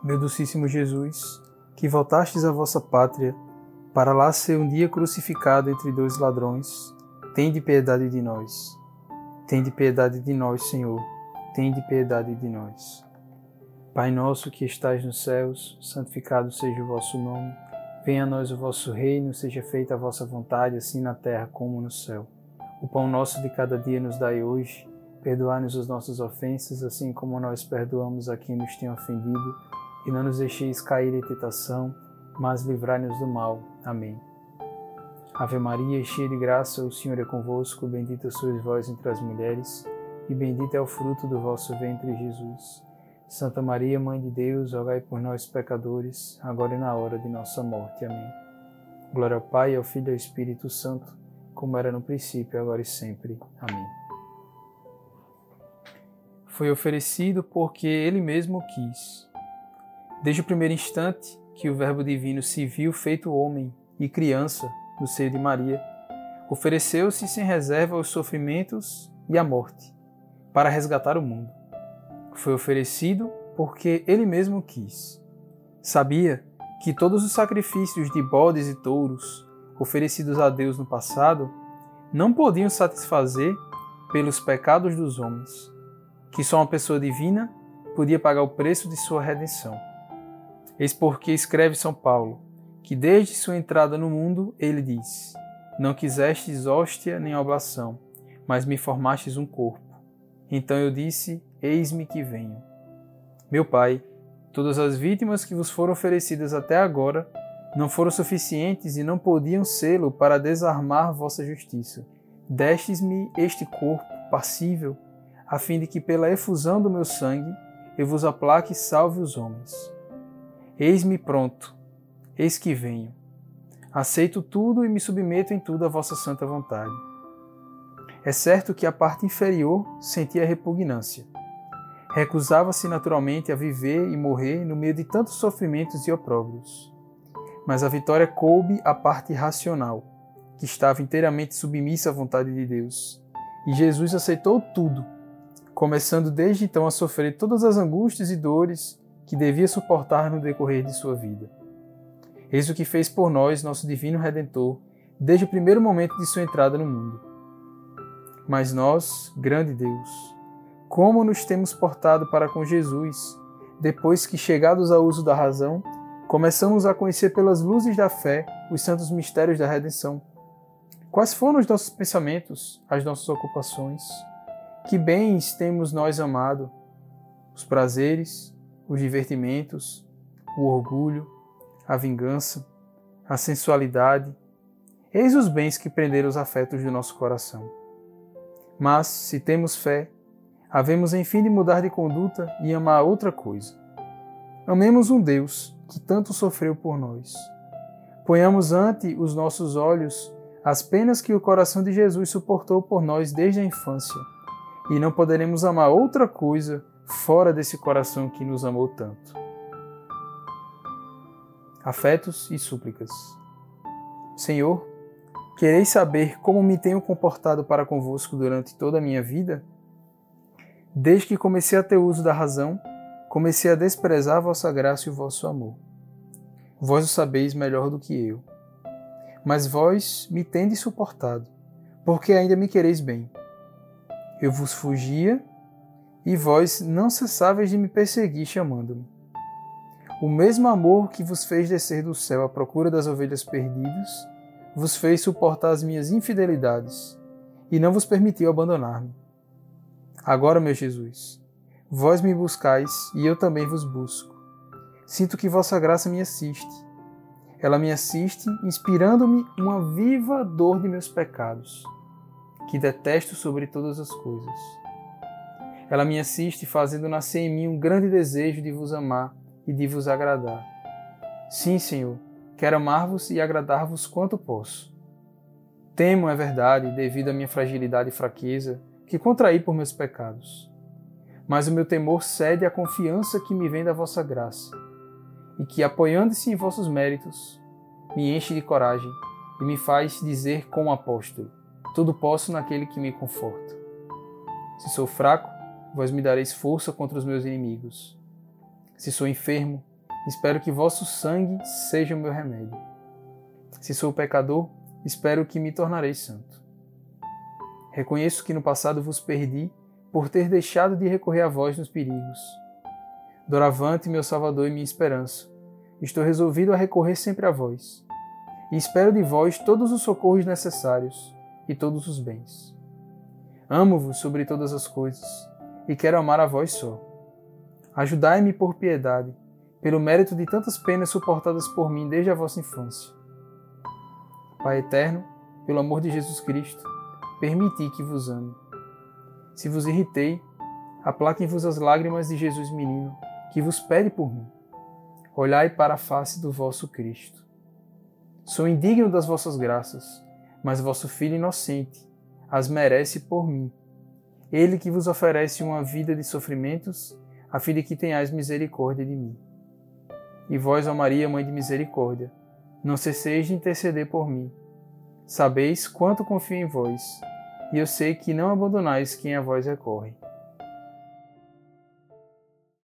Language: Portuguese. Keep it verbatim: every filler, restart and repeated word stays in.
Meu docíssimo Jesus, que voltastes à vossa pátria, para lá ser um dia crucificado entre dois ladrões, tende piedade de nós. Tende piedade de nós, Senhor, tende piedade de nós. Pai nosso que estais nos céus, santificado seja o vosso nome. Venha a nós o vosso reino, seja feita a vossa vontade, assim na terra como no céu. O pão nosso de cada dia nos dai hoje. Perdoai-nos as nossas ofensas, assim como nós perdoamos a quem nos tem ofendido. E não nos deixeis cair em tentação, mas livrai-nos do mal. Amém. Ave Maria, cheia de graça, o Senhor é convosco. Bendita sois vós entre as mulheres, e bendito é o fruto do vosso ventre, Jesus. Santa Maria, Mãe de Deus, rogai por nós, pecadores, agora e na hora de nossa morte. Amém. Glória ao Pai, ao Filho e ao Espírito Santo, como era no princípio, agora e sempre. Amém. Foi oferecido porque Ele mesmo quis. Desde o primeiro instante que o Verbo Divino se viu feito homem e criança no seio de Maria, ofereceu-se sem reserva aos sofrimentos e à morte, para resgatar o mundo. Foi oferecido porque Ele mesmo quis. Sabia que todos os sacrifícios de bodes e touros oferecidos a Deus no passado não podiam satisfazer pelos pecados dos homens, que só uma pessoa divina podia pagar o preço de sua redenção. Eis porque escreve São Paulo, que desde sua entrada no mundo ele diz: não quisestes hóstia nem oblação, mas me formastes um corpo. Então eu disse: eis-me que venho. Meu Pai, todas as vítimas que vos foram oferecidas até agora não foram suficientes e não podiam sê-lo para desarmar vossa justiça. Destes-me este corpo passível, a fim de que pela efusão do meu sangue eu vos aplaque e salve os homens. Eis-me pronto, eis que venho. Aceito tudo e me submeto em tudo à vossa santa vontade. É certo que a parte inferior sentia repugnância. Recusava-se naturalmente a viver e morrer no meio de tantos sofrimentos e opróbrios. Mas a vitória coube à parte racional, que estava inteiramente submissa à vontade de Deus. E Jesus aceitou tudo, começando desde então a sofrer todas as angústias e dores que devia suportar no decorrer de sua vida. Eis o que fez por nós nosso divino Redentor, desde o primeiro momento de sua entrada no mundo. Mas nós, grande Deus, como nos temos portado para com Jesus, depois que, chegados ao uso da razão, começamos a conhecer pelas luzes da fé os santos mistérios da redenção. Quais foram os nossos pensamentos, as nossas ocupações? Que bens temos nós amado? Os prazeres, os divertimentos, o orgulho, a vingança, a sensualidade. Eis os bens que prenderam os afetos do nosso coração. Mas, se temos fé, havemos enfim de mudar de conduta e amar outra coisa. Amemos um Deus que tanto sofreu por nós. Ponhamos ante os nossos olhos as penas que o coração de Jesus suportou por nós desde a infância, e não poderemos amar outra coisa fora desse coração que nos amou tanto. Afetos e súplicas. Senhor, quereis saber como me tenho comportado para convosco durante toda a minha vida? Desde que comecei a ter uso da razão, comecei a desprezar a vossa graça e o vosso amor. Vós o sabeis melhor do que eu. Mas vós me tendes suportado, porque ainda me quereis bem. Eu vos fugia, e vós não cessáveis de me perseguir chamando-me. O mesmo amor que vos fez descer do céu à procura das ovelhas perdidas, vos fez suportar as minhas infidelidades, e não vos permitiu abandonar-me. Agora, meu Jesus, vós me buscais, e eu também vos busco. Sinto que vossa graça me assiste. Ela me assiste, inspirando-me uma viva dor de meus pecados, que detesto sobre todas as coisas. Ela me assiste, fazendo nascer em mim um grande desejo de vos amar e de vos agradar. Sim, Senhor, quero amar-vos e agradar-vos quanto posso. Temo, é verdade, devido à minha fragilidade e fraqueza, que contraí por meus pecados. Mas o meu temor cede à confiança que me vem da vossa graça, e que, apoiando-se em vossos méritos, me enche de coragem e me faz dizer com o apóstolo: tudo posso naquele que me conforta. Se sou fraco, vós me dareis força contra os meus inimigos. Se sou enfermo, espero que vosso sangue seja o meu remédio. Se sou pecador, espero que me tornarei santo. Reconheço que no passado vos perdi por ter deixado de recorrer a vós nos perigos. Doravante, meu Salvador e minha esperança, estou resolvido a recorrer sempre a vós, e espero de vós todos os socorros necessários e todos os bens. Amo-vos sobre todas as coisas, e quero amar a vós só. Ajudai-me por piedade, pelo mérito de tantas penas suportadas por mim desde a vossa infância. Pai eterno, pelo amor de Jesus Cristo, permiti que vos ame. Se vos irritei, aplaquem-vos as lágrimas de Jesus menino, que vos pede por mim. Olhai para a face do vosso Cristo. Sou indigno das vossas graças, mas vosso Filho inocente as merece por mim. Ele que vos oferece uma vida de sofrimentos, a fim de que tenhais misericórdia de mim. E vós, ó Maria, Mãe de Misericórdia, não cesseis de interceder por mim. Sabeis quanto confio em vós, e eu sei que não abandonais quem a vós recorre.